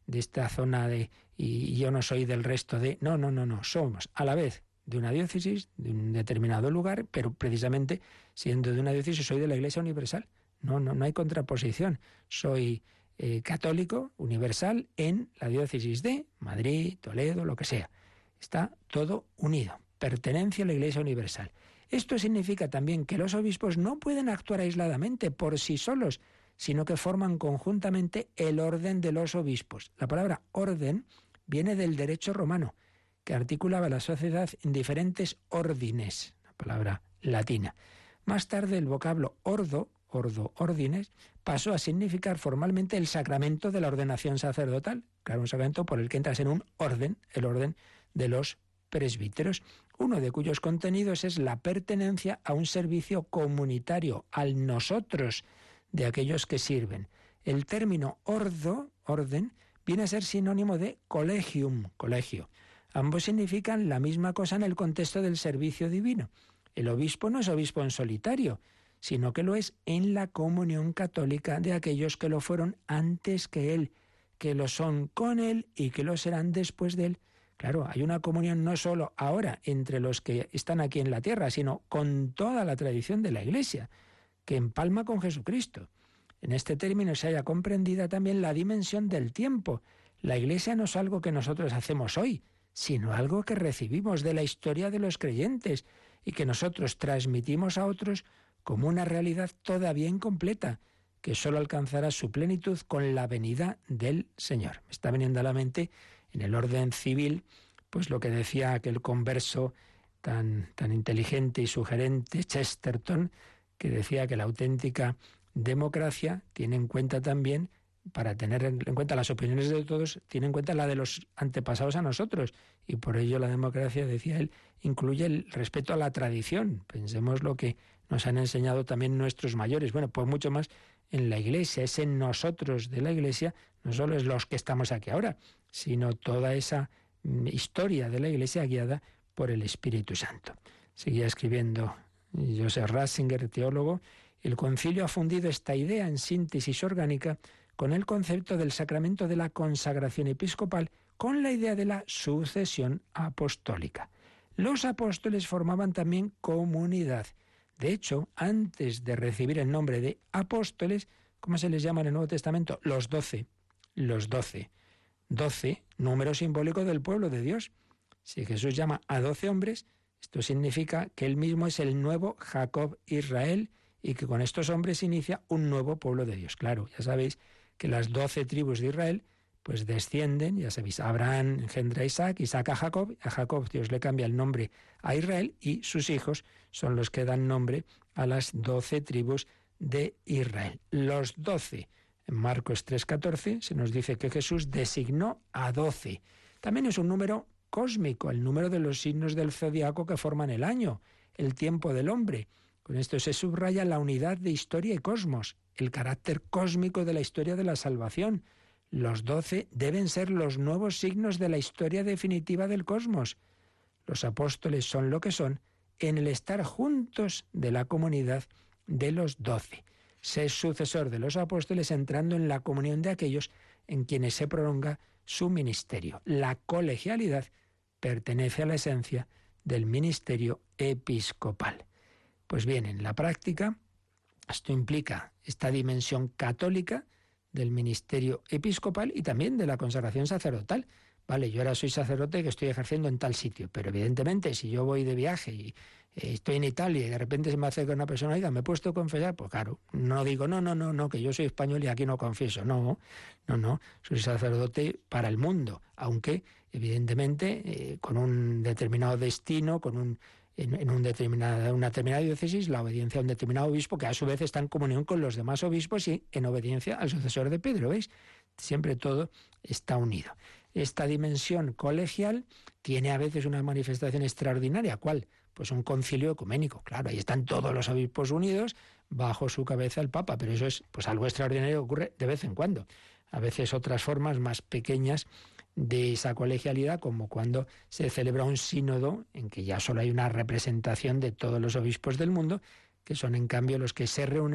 de esta zona de y yo no soy del resto de... No, no, no, no, somos a la vez de una diócesis, de un determinado lugar, pero precisamente siendo de una diócesis soy de la Iglesia Universal. No, no, no hay contraposición. Soy eh, católico universal en la diócesis de Madrid, Toledo, lo que sea. Está todo unido. Pertenencia a la Iglesia Universal. Esto significa también que los obispos no pueden actuar aisladamente por sí solos, sino que forman conjuntamente el orden de los obispos. La palabra orden viene del derecho romano, que articulaba la sociedad en diferentes ordines, la palabra latina. Más tarde el vocablo ordo, ordo, ordines, pasó a significar formalmente el sacramento de la ordenación sacerdotal, claro, un sacramento por el que entras en un orden, el orden de los presbíteros, uno de cuyos contenidos es la pertenencia a un servicio comunitario, al nosotros de aquellos que sirven. El término ordo, orden, viene a ser sinónimo de collegium, colegio. Ambos significan la misma cosa en el contexto del servicio divino. El obispo no es obispo en solitario, sino que lo es en la comunión católica de aquellos que lo fueron antes que él, que lo son con él y que lo serán después de él. Claro, hay una comunión no solo ahora entre los que están aquí en la tierra, sino con toda la tradición de la Iglesia, que empalma con Jesucristo. En este término se haya comprendida también la dimensión del tiempo. La Iglesia no es algo que nosotros hacemos hoy, sino algo que recibimos de la historia de los creyentes y que nosotros transmitimos a otros como una realidad todavía incompleta, que solo alcanzará su plenitud con la venida del Señor. Me está viniendo a la mente, en el orden civil, pues lo que decía aquel converso tan, tan inteligente y sugerente, Chesterton, que decía que la auténtica democracia tiene en cuenta también, para tener en cuenta las opiniones de todos, tiene en cuenta la de los antepasados a nosotros. Y por ello la democracia, decía él, incluye el respeto a la tradición. Pensemos lo que nos han enseñado también nuestros mayores. Bueno, pues mucho más en la Iglesia. Es en nosotros de la Iglesia, no solo es los que estamos aquí ahora, sino toda esa historia de la Iglesia guiada por el Espíritu Santo. Seguía escribiendo Joseph Ratzinger, teólogo. El concilio ha fundido esta idea en síntesis orgánica con el concepto del sacramento de la consagración episcopal, con la idea de la sucesión apostólica. Los apóstoles formaban también comunidad. De hecho, antes de recibir el nombre de apóstoles, ¿cómo se les llama en el Nuevo Testamento? Los doce. Los doce. Doce, número simbólico del pueblo de Dios. Si Jesús llama a doce hombres, esto significa que él mismo es el nuevo Jacob Israel y que con estos hombres inicia un nuevo pueblo de Dios. Claro, ya sabéis que las doce tribus de Israel pues descienden, ya sabéis, Abraham engendra a Isaac, Isaac a Jacob, a Jacob Dios le cambia el nombre a Israel y sus hijos son los que dan nombre a las doce tribus de Israel. Los doce, en Marcos tres catorce se nos dice que Jesús designó a doce. También es un número cósmico, el número de los signos del zodiaco que forman el año, el tiempo del hombre. Con esto se subraya la unidad de historia y cosmos, el carácter cósmico de la historia de la salvación. Los doce deben ser los nuevos signos de la historia definitiva del cosmos. Los apóstoles son lo que son en el estar juntos de la comunidad de los doce. Ser sucesor de los apóstoles entrando en la comunión de aquellos en quienes se prolonga su ministerio. La colegialidad pertenece a la esencia del ministerio episcopal. Pues bien, en la práctica, esto implica esta dimensión católica del ministerio episcopal y también de la consagración sacerdotal. Vale, yo ahora soy sacerdote que estoy ejerciendo en tal sitio, pero evidentemente si yo voy de viaje y eh, estoy en Italia y de repente se me acerca una persona, oiga, ¿me he puesto a confesar? Pues claro, no digo, no, no, no, no, que yo soy español y aquí no confieso. No, no, no, soy sacerdote para el mundo, aunque evidentemente eh, con un determinado destino, con un en, en un determinada, una determinada diócesis, la obediencia a un determinado obispo, que a su vez está en comunión con los demás obispos y en obediencia al sucesor de Pedro, ¿veis? Siempre todo está unido. Esta dimensión colegial tiene a veces una manifestación extraordinaria. ¿Cuál? Pues un concilio ecuménico. Claro, ahí están todos los obispos unidos bajo su cabeza el Papa, pero eso es pues algo extraordinario que ocurre de vez en cuando. A veces otras formas más pequeñas de esa colegialidad, como cuando se celebra un sínodo en que ya solo hay una representación de todos los obispos del mundo, que son en cambio los que se reúnen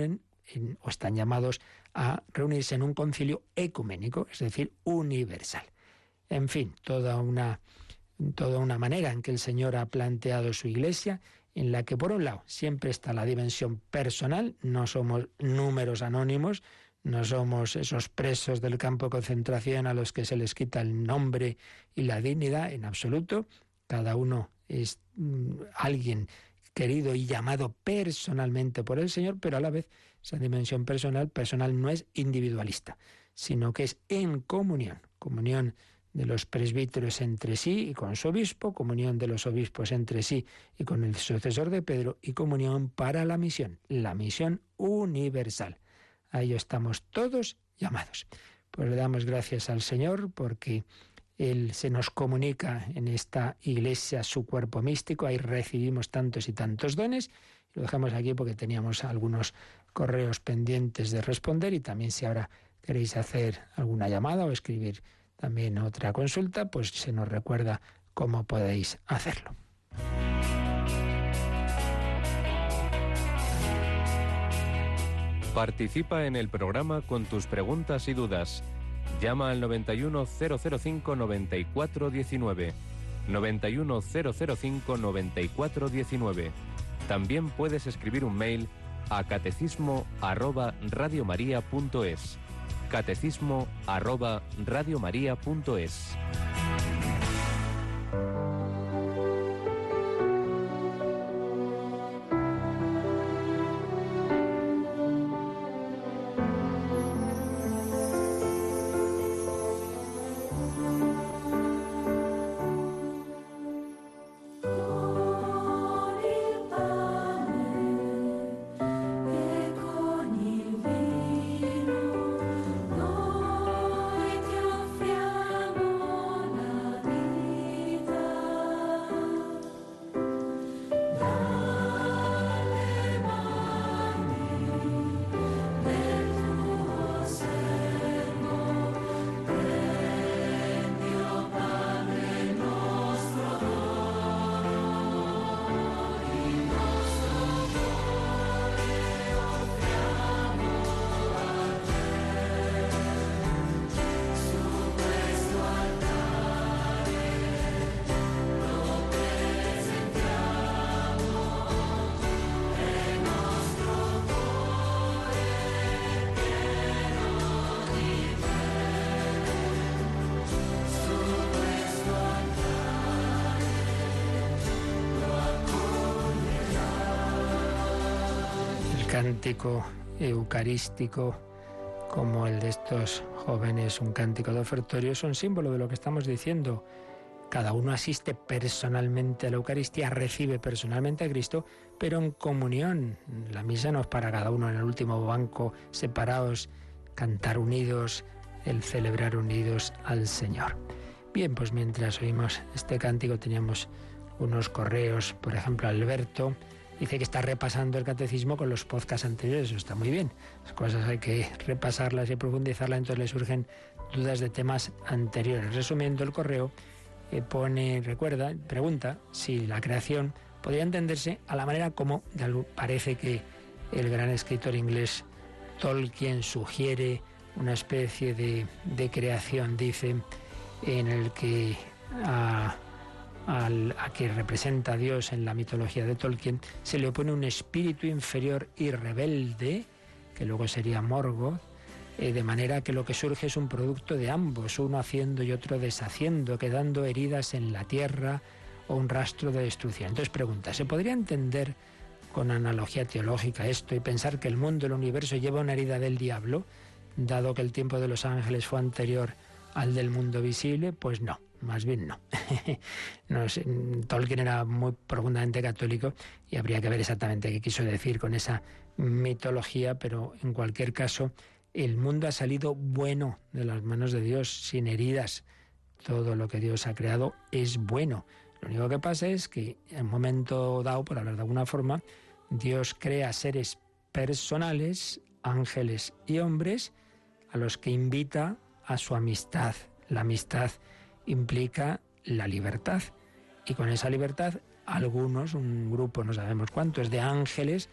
en, o están llamados a reunirse en un concilio ecuménico, es decir, universal. En fin, toda una, toda una manera en que el Señor ha planteado su Iglesia, en la que por un lado siempre está la dimensión personal, no somos números anónimos, no somos esos presos del campo de concentración a los que se les quita el nombre y la dignidad, en absoluto. Cada uno es mm, alguien querido y llamado personalmente por el Señor, pero a la vez esa dimensión personal, personal no es individualista, sino que es en comunión, comunión de los presbíteros entre sí y con su obispo, comunión de los obispos entre sí y con el sucesor de Pedro, y comunión para la misión, la misión universal. A ello estamos todos llamados. Pues le damos gracias al Señor porque Él se nos comunica en esta Iglesia su cuerpo místico, ahí recibimos tantos y tantos dones. Lo dejamos aquí porque teníamos algunos correos pendientes de responder, y también si ahora queréis hacer alguna llamada o escribir también otra consulta, pues se nos recuerda cómo podéis hacerlo. Participa en el programa con tus preguntas y dudas. Llama al noventa y uno cero cero cinco noventa y cuatro diecinueve. noventa y uno cero cero cinco noventa y cuatro diecinueve. También puedes escribir un mail a catecismo arroba radiomaria punto es. Catecismo arroba radiomaria punto es. Cántico eucarístico como el de estos jóvenes, un cántico de ofertorio, es un símbolo de lo que estamos diciendo. Cada uno asiste personalmente a la Eucaristía, recibe personalmente a Cristo, pero en comunión. La misa no es para cada uno en el último banco, separados, cantar unidos, el celebrar unidos al Señor. Bien, pues mientras oímos este cántico teníamos unos correos, por ejemplo, Alberto dice que está repasando el catecismo con los podcasts anteriores. Eso está muy bien. Las cosas hay que repasarlas y profundizarlas, entonces le surgen dudas de temas anteriores. Resumiendo el correo, eh, pone, recuerda, pregunta si la creación podría entenderse a la manera como parece que el gran escritor inglés Tolkien sugiere, una especie de, de creación, dice, en el que a... Al, a que representa a Dios en la mitología de Tolkien, se le opone un espíritu inferior y rebelde, que luego sería Morgoth, eh, de manera que lo que surge es un producto de ambos, uno haciendo y otro deshaciendo, quedando heridas en la tierra o un rastro de destrucción. Entonces pregunta, ¿se podría entender con analogía teológica esto y pensar que el mundo, el universo, lleva una herida del diablo, dado que el tiempo de los ángeles fue anterior al del mundo visible? Pues no. Más bien no. no sé, Tolkien era muy profundamente católico y habría que ver exactamente qué quiso decir con esa mitología, pero en cualquier caso el mundo ha salido bueno de las manos de Dios, sin heridas. Todo lo que Dios ha creado es bueno. Lo único que pasa es que en un momento dado, por hablar de alguna forma, Dios crea seres personales, ángeles y hombres, a los que invita a su amistad. La amistad implica la libertad, y con esa libertad algunos, un grupo, no sabemos cuántos, de ángeles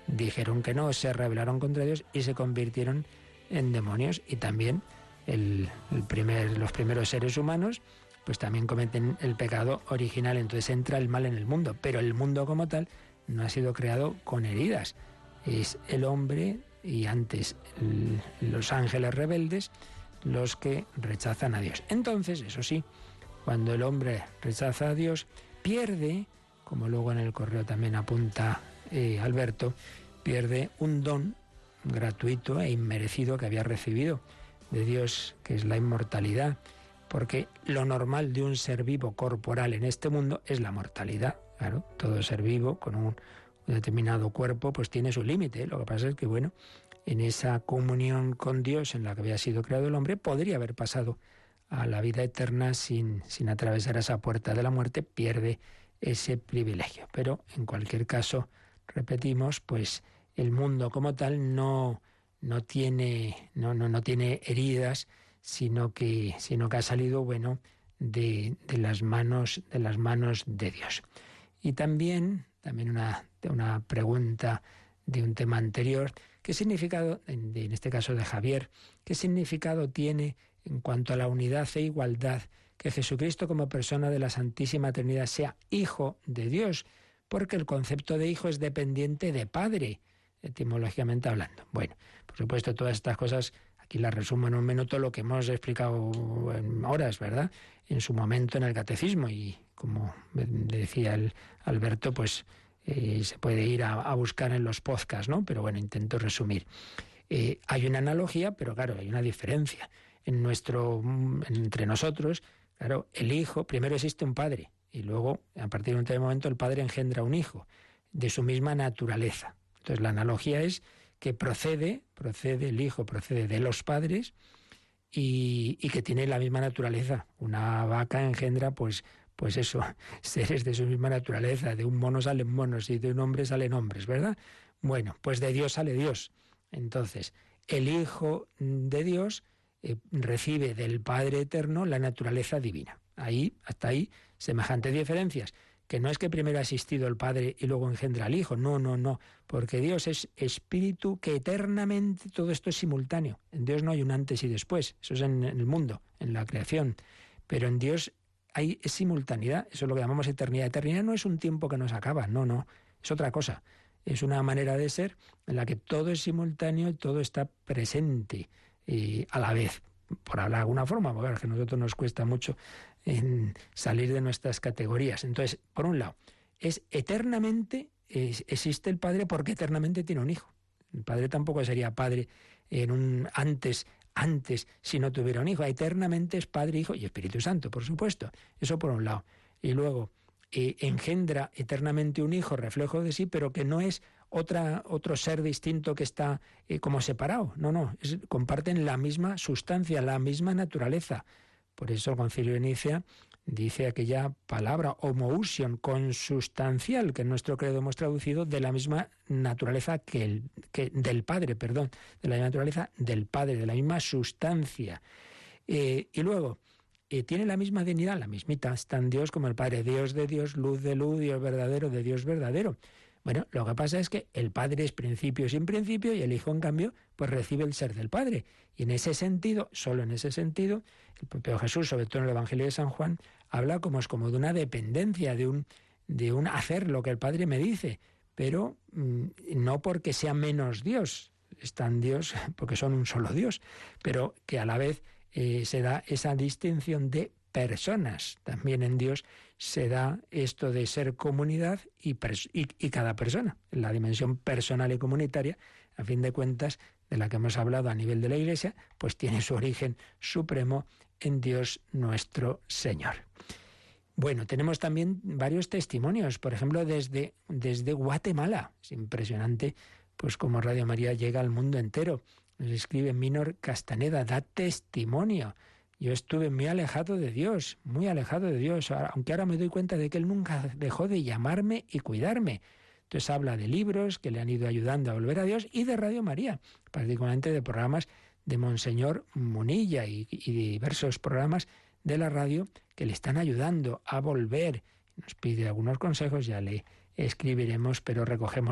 dijeron que no, se rebelaron contra Dios y se convirtieron en demonios. Y también el, el primer, los primeros seres humanos pues también cometen el pecado original, entonces entra el mal en el mundo, pero el mundo como tal no ha sido creado con heridas, es el hombre y antes el, los ángeles rebeldes los que rechazan a Dios. Entonces, eso sí, cuando el hombre rechaza a Dios, pierde, como luego en el correo también apunta eh, Alberto, pierde un don gratuito e inmerecido que había recibido de Dios, que es la inmortalidad. Porque lo normal de un ser vivo corporal en este mundo es la mortalidad. Claro, todo ser vivo con un, un determinado cuerpo pues tiene su límite. Lo que pasa es que, bueno, en esa comunión con Dios en la que había sido creado el hombre, podría haber pasado a la vida eterna sin, sin atravesar esa puerta de la muerte, pierde ese privilegio. Pero, en cualquier caso, repetimos, pues el mundo como tal no, no, tiene, no, no, no tiene heridas, sino que, sino que ha salido, bueno, de, de las manos, de las manos de Dios. Y también, también una, una pregunta de un tema anterior, ¿qué significado, en, en este caso de Javier, qué significado tiene en cuanto a la unidad e igualdad que Jesucristo como persona de la Santísima Trinidad sea Hijo de Dios? Porque el concepto de hijo es dependiente de padre, etimológicamente hablando. Bueno, por supuesto, todas estas cosas aquí las resumo en un minuto, lo que hemos explicado en horas, ¿verdad?, en su momento en el catecismo. Y como decía el Alberto, pues eh, se puede ir a, a buscar en los podcasts, ¿no? Pero bueno, intento resumir. Eh, hay una analogía, pero claro, hay una diferencia. En nuestro, entre nosotros, claro, el hijo, primero existe un padre, y luego, a partir de un determinado momento, el padre engendra un hijo de su misma naturaleza. Entonces la analogía es que procede, procede, el hijo procede de los padres y, y que tiene la misma naturaleza. Una vaca engendra, pues, pues eso, seres de su misma naturaleza. De un mono salen monos y de un hombre salen hombres, ¿verdad? Bueno, pues de Dios sale Dios. Entonces, el Hijo de Dios eh, recibe del Padre Eterno la naturaleza divina. Ahí, hasta ahí, semejantes diferencias. Que no es que primero ha existido el Padre y luego engendra al Hijo, no, no, no, porque Dios es espíritu que eternamente todo esto es simultáneo. En Dios no hay un antes y después, eso es en el mundo, en la creación, pero en Dios hay es simultaneidad, eso es lo que llamamos eternidad. Eternidad no es un tiempo que nos acaba, no, no, es otra cosa, es una manera de ser en la que todo es simultáneo y todo está presente eh, a la vez. Por hablar de alguna forma, porque a nosotros nos cuesta mucho en salir de nuestras categorías. Entonces, por un lado, es eternamente, es, existe el Padre porque eternamente tiene un Hijo. El Padre tampoco sería Padre en un antes, antes si no tuviera un Hijo. Eternamente es Padre, Hijo y Espíritu Santo, por supuesto. Eso por un lado. Y luego, eh, engendra eternamente un Hijo, reflejo de sí, pero que no es otra, otro ser distinto que está eh, como separado. No, no, es, comparten la misma sustancia, la misma naturaleza. Por eso el Concilio de Nicea dice aquella palabra homoousion, consustancial, que en nuestro credo hemos traducido de la misma naturaleza que, el, que del Padre, perdón, de la misma naturaleza del Padre, de la misma sustancia. Eh, y luego, eh, tiene la misma dignidad, la mismita, es tan Dios como el Padre, Dios de Dios, luz de luz, Dios verdadero de Dios verdadero. Bueno, lo que pasa es que el Padre es principio sin principio y el Hijo, en cambio, pues recibe el ser del Padre. Y en ese sentido, solo en ese sentido, el propio Jesús, sobre todo en el Evangelio de San Juan, habla como es como de una dependencia, de un, de un hacer lo que el Padre me dice, pero mmm, no porque sea menos Dios, es tan Dios porque son un solo Dios, pero que a la vez eh, se da esa distinción de personas. También en Dios se da esto de ser comunidad y, pers- y, y cada persona, la dimensión personal y comunitaria, a fin de cuentas, de la que hemos hablado a nivel de la Iglesia, pues tiene su origen supremo en Dios nuestro Señor. Bueno, tenemos también varios testimonios, por ejemplo, desde, desde Guatemala. Es impresionante, pues como Radio María llega al mundo entero. Nos escribe Minor Castaneda, da testimonio. Yo estuve muy alejado de Dios, muy alejado de Dios, aunque ahora me doy cuenta de que Él nunca dejó de llamarme y cuidarme. Entonces habla de libros que le han ido ayudando a volver a Dios y de Radio María, particularmente de programas de Monseñor Munilla y, y diversos programas de la radio que le están ayudando a volver. Nos pide algunos consejos, ya le escribiremos, pero recogemos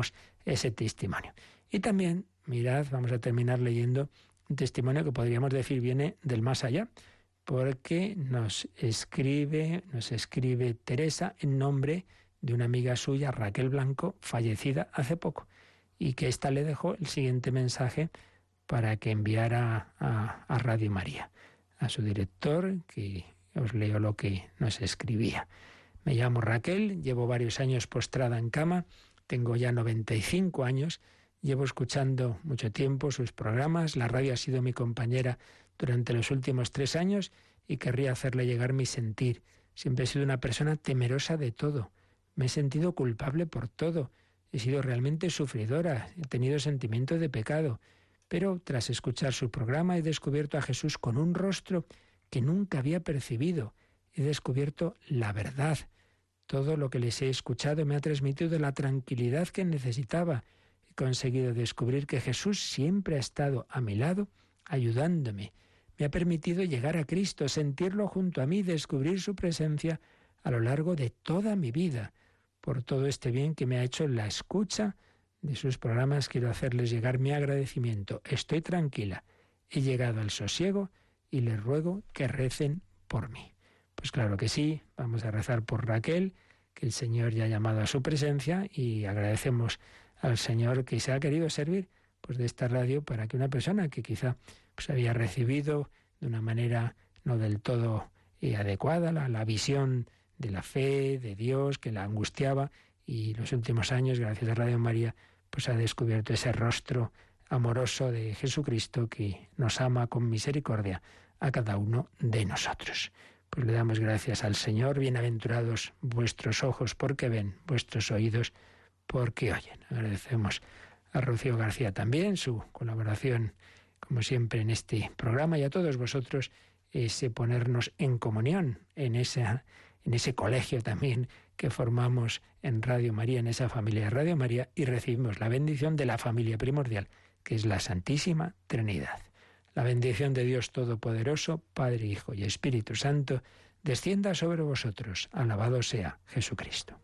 ese testimonio. Y también, mirad, vamos a terminar leyendo un testimonio que podríamos decir viene del más allá, porque nos escribe, nos escribe Teresa en nombre de una amiga suya, Raquel Blanco, fallecida hace poco, y que ésta le dejó el siguiente mensaje para que enviara a, a Radio María, a su director, que os leo lo que nos escribía. Me llamo Raquel, llevo varios años postrada en cama, tengo ya noventa y cinco años, llevo escuchando mucho tiempo sus programas, la radio ha sido mi compañera durante los últimos tres años y querría hacerle llegar mi sentir. Siempre he sido una persona temerosa de todo, me he sentido culpable por todo, he sido realmente sufridora, he tenido sentimiento de pecado, pero tras escuchar su programa he descubierto a Jesús con un rostro que nunca había percibido, he descubierto la verdad. Todo lo que les he escuchado me ha transmitido la tranquilidad que necesitaba. He conseguido descubrir que Jesús siempre ha estado a mi lado, ayudándome. Me ha permitido llegar a Cristo, sentirlo junto a mí, descubrir su presencia a lo largo de toda mi vida. Por todo este bien que me ha hecho en la escucha de sus programas, quiero hacerles llegar mi agradecimiento. Estoy tranquila, he llegado al sosiego y les ruego que recen por mí. Pues claro que sí, vamos a rezar por Raquel, que el Señor ya ha llamado a su presencia, y agradecemos al Señor que se ha querido servir pues de esta radio para que una persona que quizá pues había recibido de una manera no del todo eh, adecuada la, la visión de la fe, de Dios, que la angustiaba, y los últimos años, gracias a Radio María, pues ha descubierto ese rostro amoroso de Jesucristo que nos ama con misericordia a cada uno de nosotros. Pues le damos gracias al Señor. Bienaventurados vuestros ojos porque ven, vuestros oídos porque oyen. Agradecemos a Rocío García también su colaboración, como siempre, en este programa, y a todos vosotros ese ponernos en comunión en, esa, en ese colegio también que formamos en Radio María, en esa familia de Radio María, y recibimos la bendición de la familia primordial, que es la Santísima Trinidad. La bendición de Dios Todopoderoso, Padre, Hijo y Espíritu Santo, descienda sobre vosotros. Alabado sea Jesucristo.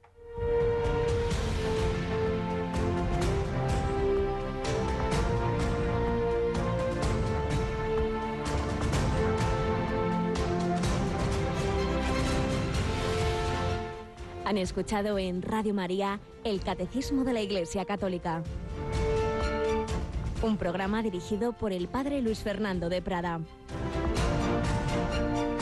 Han escuchado en Radio María el Catecismo de la Iglesia Católica, un programa dirigido por el Padre Luis Fernando de Prada.